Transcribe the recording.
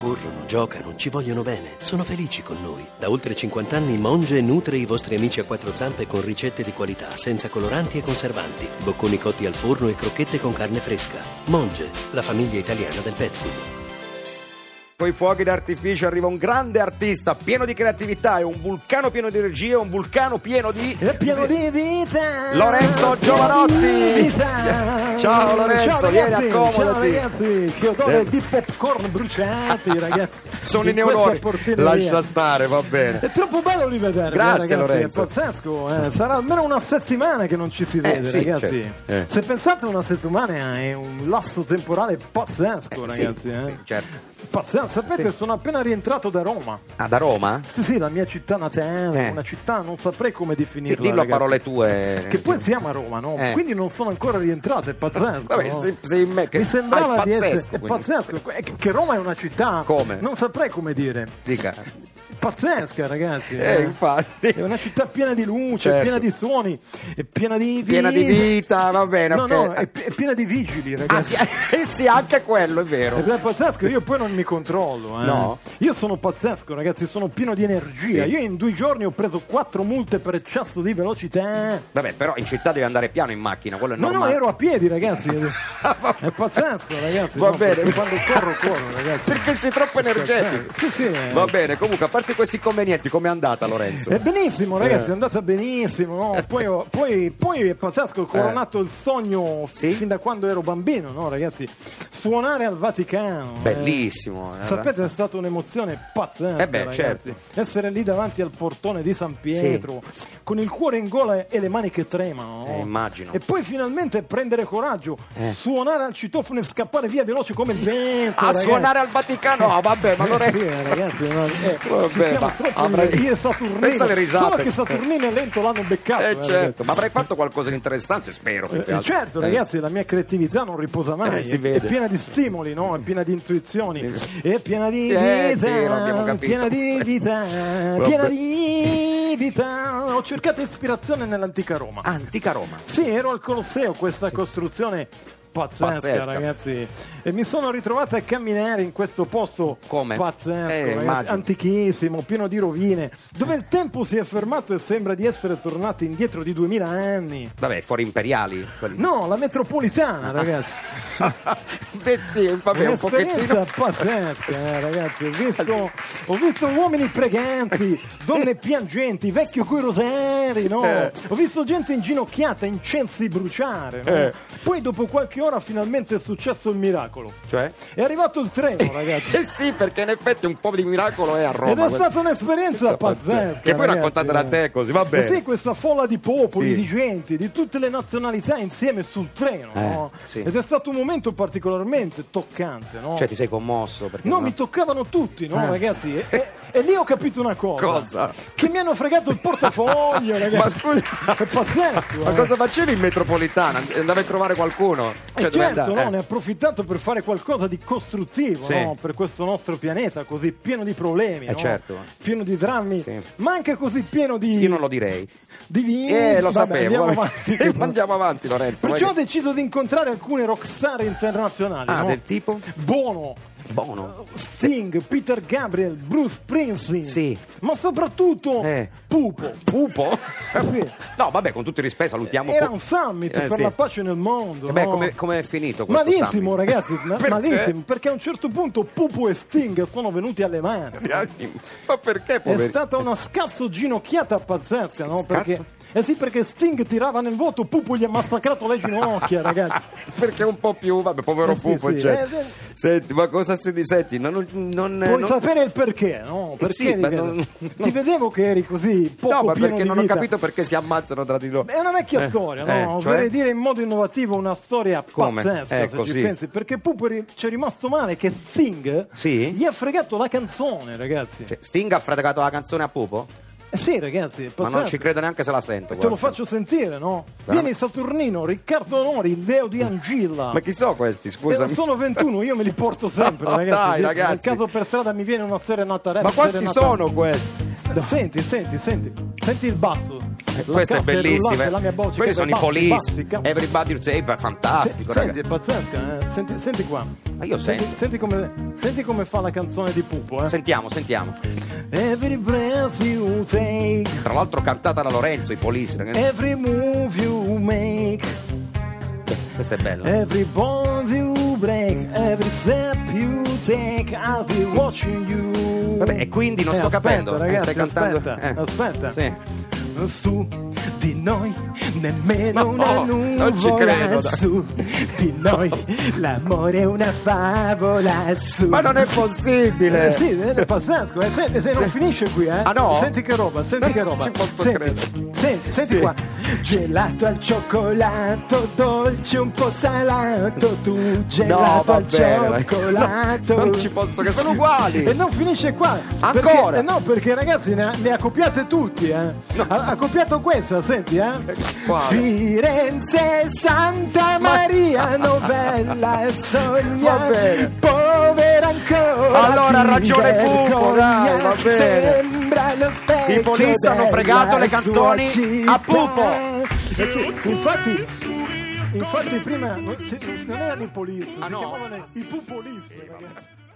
Corrono, giocano, ci vogliono bene, sono felici con noi. Da oltre 50 anni Monge nutre i vostri amici a quattro zampe con ricette di qualità, senza coloranti e conservanti, bocconi cotti al forno e crocchette con carne fresca. Monge, la famiglia italiana del pet food. Con i fuochi d'artificio arriva un grande artista pieno di creatività, è un vulcano pieno di energie, un vulcano pieno di vita. Lorenzo Giovanotti. Ciao Lorenzo, ciao, vieni, ragazzi, accomodati. ciao ragazzi, che odore di popcorn bruciati, ragazzi. Sono in neuroni, lascia stare, va bene. È troppo bello rivedervi, Grazie, ragazzi, Lorenzo. è pazzesco, sarà almeno una settimana che non ci si vede, sì, ragazzi. certo. Se pensate una settimana è un lasso temporale pazzesco, ragazzi. Sì, certo. Pazzesco, sapete, sono appena rientrato da Roma. Ah, da Roma? Sì, la mia città natale, una città, non saprei come definirla. Sì, dillo a ragazzi. parole tue. Che poi siamo a Roma, no? Quindi non sono ancora rientrato, è pazzesco. Vabbè, no? sei in me che mi sembrava è di essere. pazzesco, È quindi. pazzesco. Che Roma è una città. Come? Non saprei come dire. Dica. Pazzesca, ragazzi. Infatti. È una città piena di luce, Certo. piena di suoni, è piena di vita. Piena di vita, va bene. No, ok. no, è piena di vigili, ragazzi. Sì, anche quello è vero. Ed è pazzesco, io poi non mi controllo. No. Io sono pazzesco, ragazzi, sono pieno di energia. Sì. Io in 2 giorni ho preso 4 multe per eccesso di velocità. Vabbè, però in città devi andare piano in macchina, quello è No, normale. ero a piedi, ragazzi. È pazzesco, ragazzi. Va no, bene. perché quando corro, ragazzi. Perché sei troppo energetico. Sì. Va bene, comunque, a parte questi inconvenienti, com'è andata, Lorenzo? È benissimo, ragazzi, è andata benissimo. No? Poi è pazzesco, ho coronato il sogno Sì? fin da quando ero bambino, no, ragazzi? Suonare al Vaticano. Bellissimo. Sapete, è stata un'emozione pazzesca, beh, ragazzi. certo. Essere lì davanti al portone di San Pietro, con il cuore in gola e le mani che tremano. no? Immagino. E poi finalmente prendere coraggio, suonare al citofono e scappare via veloce come il vento. A ragazzi. suonare al Vaticano? No, vabbè, ma Lorenzo. Sì, ragazzi, Vabbè, ci siamo ma troppo avrai- io e Saturnino. Pensa alle risate. Solo che Saturnino è lento, l'hanno beccato. Certo, ragazzi. ma avrai fatto qualcosa di interessante, spero. più che altro. Certo, ragazzi, la mia creatività non riposa mai. Si È vede. piena di stimoli, no? È piena di intuizioni, è piena di sì, vita, l'abbiamo capito. piena di vita, piena di vita. Ho cercato ispirazione nell'antica Roma. Antica Roma. Sì, ero al Colosseo, questa costruzione pazzesca, ragazzi, e mi sono ritrovato a camminare in questo posto Come? pazzesco, ragazzi, immagino. antichissimo, pieno di rovine, dove il tempo si è fermato e sembra di essere tornato indietro di 2000 anni. Vabbè, fuori imperiali. quelli. No, la metropolitana, ragazzi. Beh, sì, vabbè, un Un'esperienza pochettino. pazzesca, ragazzi. Ho visto uomini preganti, donne piangenti, vecchio coi rosari, no? Ho visto gente inginocchiata, incensi bruciare, no? Poi dopo qualche ora finalmente è successo il miracolo. Cioè? È arrivato il treno, ragazzi. Eh sì, perché in effetti un po' di miracolo è a Roma. Ed è stata un'esperienza pazzesca. pazzesca. Che poi ragazzi. raccontatela a te così, va bene. Sì, questa folla di popoli, Sì. di gente, di tutte le nazionalità insieme sul treno, no? sì. Ed è stato un momento particolarmente toccante, no? Cioè, ti sei commosso? Perché No, mi toccavano tutti, no, ragazzi? E lì ho capito una cosa. Cosa? Che mi hanno fregato il portafoglio, ragazzi. Ma scusa, È pazzesco. ma cosa facevi in metropolitana? Andavi a trovare qualcuno? Cioè, dove Certo, andare? no, ne ho approfittato per fare qualcosa di costruttivo, Sì. no? Per questo nostro pianeta così pieno di problemi, no? certo. Pieno di drammi, Sì. ma anche così pieno di... Io non lo direi. Di vita. Lo sapevo. Andiamo vabbè. avanti. Andiamo avanti, Lorenzo. Perciò ho vai deciso di incontrare alcune rockstar internazionali, che- no? del tipo? Bono, Bono. Sting, Peter Gabriel, Bruce Springsteen, Sì. ma soprattutto Pupo. Pupo? Sì. No, vabbè, con tutto il rispetto, salutiamo Era Pupo. un summit per sì. la pace nel mondo. E beh, no? come è finito questo Malissimo, summit? ragazzi, Perché? malissimo, perché a un certo punto Pupo e Sting sono venuti alle mani. Ma perché, È poveri? stata una scazzo ginocchiata pazzesca, no? Perché Sting tirava nel vuoto, Pupo gli ha massacrato le ginocchia, ragazzi. Perché un po' più, vabbè, povero Sì, Pupo, sì, cioè. Senti, ma cosa senti? Puoi sapere il perché, no? Perché sì, ma non- ti vedevo che eri così poco No, ma pieno perché di non ho vita. capito perché si ammazzano tra di loro. È una vecchia storia, no? cioè? Vorrei dire in modo innovativo una storia Come? pazzesca, se Ecco, ci sì. pensi, perché Pupo ci è rimasto male che Sting Sì? gli ha fregato la canzone, ragazzi. Cioè, Sting ha fregato la canzone a Pupo? Sì, ragazzi, è Ma pazzesco. non ci credo neanche se la sento. Te lo guarda. faccio sentire, no? Veramente? Vieni Saturnino, Riccardo Onori, Leo Di Angilla. Ma chi sono questi, scusami? Sono 21, io me li porto sempre, No, ragazzi. dai, Nel ragazzi. caso per strada mi viene una serenata rap. Ma quanti serenata- sono questi? Senti il basso. Questa è bellissima. La mia voce, questi sono i Police. Bastica. Everybody Say, è fantastico, Senti, è pazzesca, senti qua. Ma io sento. Senti come fa la canzone di Pupo, Sentiamo. Every breath you take, Tra l'altro cantata da Lorenzo, i Police, ragazzi. every move you make, Questa è bella. every bond you break, every step you take, I'll be watching you. Vabbè, e quindi non sto capendo. Ragazzi, stai cantando. aspetta. Sì. Su di noi nemmeno No, una nuvola, non ci credo. su di noi l'amore è una favola, su. Ma non è possibile. Sì, è pazzesco, senti, se non finisce qui, Ah, no? Senti che roba. Ci posso credere. Senti Sì. qua. Gelato al cioccolato, dolce un po' salato, tu gelato va al bene, cioccolato. non ci posso, che sono uguali. E non finisce qua. Ancora? Perché ragazzi ne ha copiate tutti, Ha copiato questa, senti, Quale? Firenze, Santa Maria, novella e sogna, Va bene. povera ancora. Allora ha ragione chi Pupo, dai, va bene. Sembra lo specchio. I Police hanno fregato le canzoni a Pupo. Infatti prima non erano i Police, Ah, no? si chiamavano i Pupolisti, ragazzi.